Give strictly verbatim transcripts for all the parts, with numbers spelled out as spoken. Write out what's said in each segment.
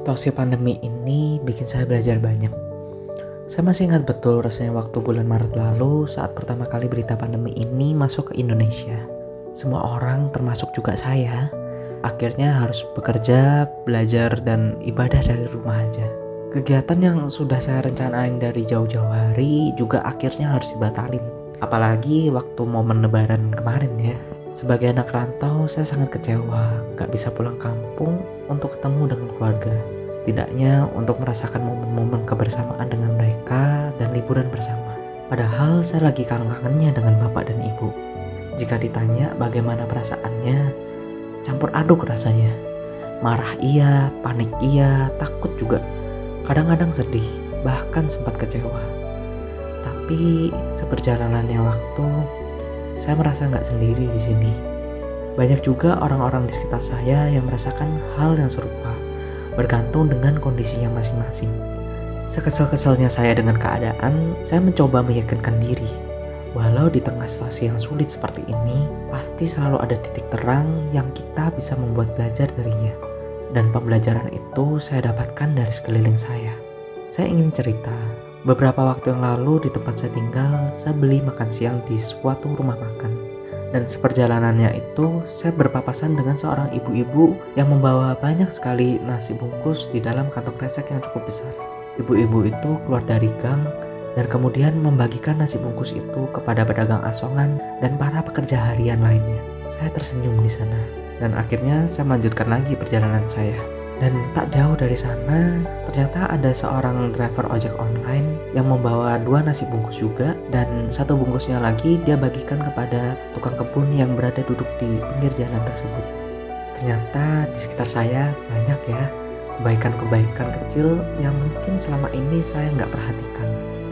Situasi pandemi ini bikin saya belajar banyak. Saya masih ingat betul rasanya waktu bulan Maret lalu saat pertama kali berita pandemi ini masuk ke Indonesia. Semua orang, termasuk juga saya, akhirnya harus bekerja, belajar, dan ibadah dari rumah aja. Kegiatan yang sudah saya rencanain dari jauh-jauh hari juga akhirnya harus dibatalin. Apalagi waktu momen lebaran kemarin ya. Sebagai anak rantau, saya sangat kecewa gak bisa pulang kampung untuk ketemu dengan keluarga. Setidaknya untuk merasakan momen-momen kebersamaan dengan mereka dan liburan bersama. Padahal saya lagi kangen-kangennya dengan bapak dan ibu. Jika ditanya bagaimana perasaannya, campur aduk rasanya. Marah iya, panik iya, takut juga. Kadang-kadang sedih, bahkan sempat kecewa. Tapi seperjalanannya waktu, saya merasa nggak sendiri di sini. Banyak juga orang-orang di sekitar saya yang merasakan hal yang serupa, bergantung dengan kondisinya masing-masing. Sekesal-kesalnya saya dengan keadaan, saya mencoba meyakinkan diri. Walau di tengah situasi yang sulit seperti ini, pasti selalu ada titik terang yang kita bisa membuat belajar darinya. Dan pembelajaran itu saya dapatkan dari sekeliling saya. Saya ingin cerita. Beberapa waktu yang lalu di tempat saya tinggal, saya beli makan siang di suatu rumah makan. Dan seperjalanannya itu, saya berpapasan dengan seorang ibu-ibu yang membawa banyak sekali nasi bungkus di dalam kantong kresek yang cukup besar. Ibu-ibu itu keluar dari gang dan kemudian membagikan nasi bungkus itu kepada pedagang asongan dan para pekerja harian lainnya. Saya tersenyum di sana dan akhirnya saya melanjutkan lagi perjalanan saya. Dan tak jauh dari sana, ternyata ada seorang driver ojek online yang membawa dua nasi bungkus juga, dan satu bungkusnya lagi dia bagikan kepada tukang kebun yang berada duduk di pinggir jalan tersebut. Ternyata di sekitar saya banyak ya kebaikan-kebaikan kecil yang mungkin selama ini saya nggak perhatikan.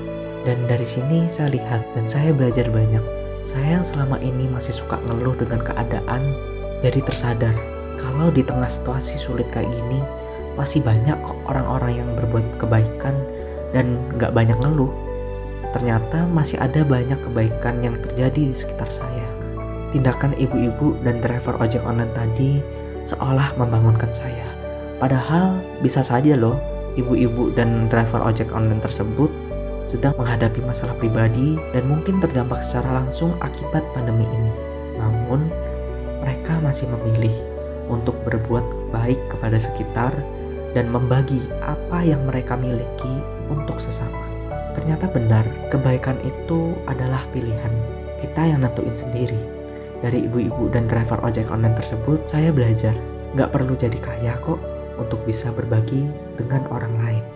Dan dari sini saya lihat dan saya belajar banyak. Saya yang selama ini masih suka ngeluh dengan keadaan, jadi tersadar kalau di tengah situasi sulit kayak gini, masih banyak kok orang-orang yang berbuat kebaikan dan gak banyak ngeluh. Ternyata masih ada banyak kebaikan yang terjadi di sekitar saya. Tindakan ibu-ibu dan driver ojek online tadi seolah membangunkan saya. Padahal bisa saja loh, ibu-ibu dan driver ojek online tersebut sedang menghadapi masalah pribadi dan mungkin terdampak secara langsung akibat pandemi ini. Namun, mereka masih memilih untuk berbuat baik kepada sekitar dan membagi apa yang mereka miliki untuk sesama. Ternyata benar, kebaikan itu adalah pilihan. Kita yang nentuin sendiri. Dari ibu-ibu dan driver ojek online tersebut, saya belajar gak perlu jadi kaya kok untuk bisa berbagi dengan orang lain.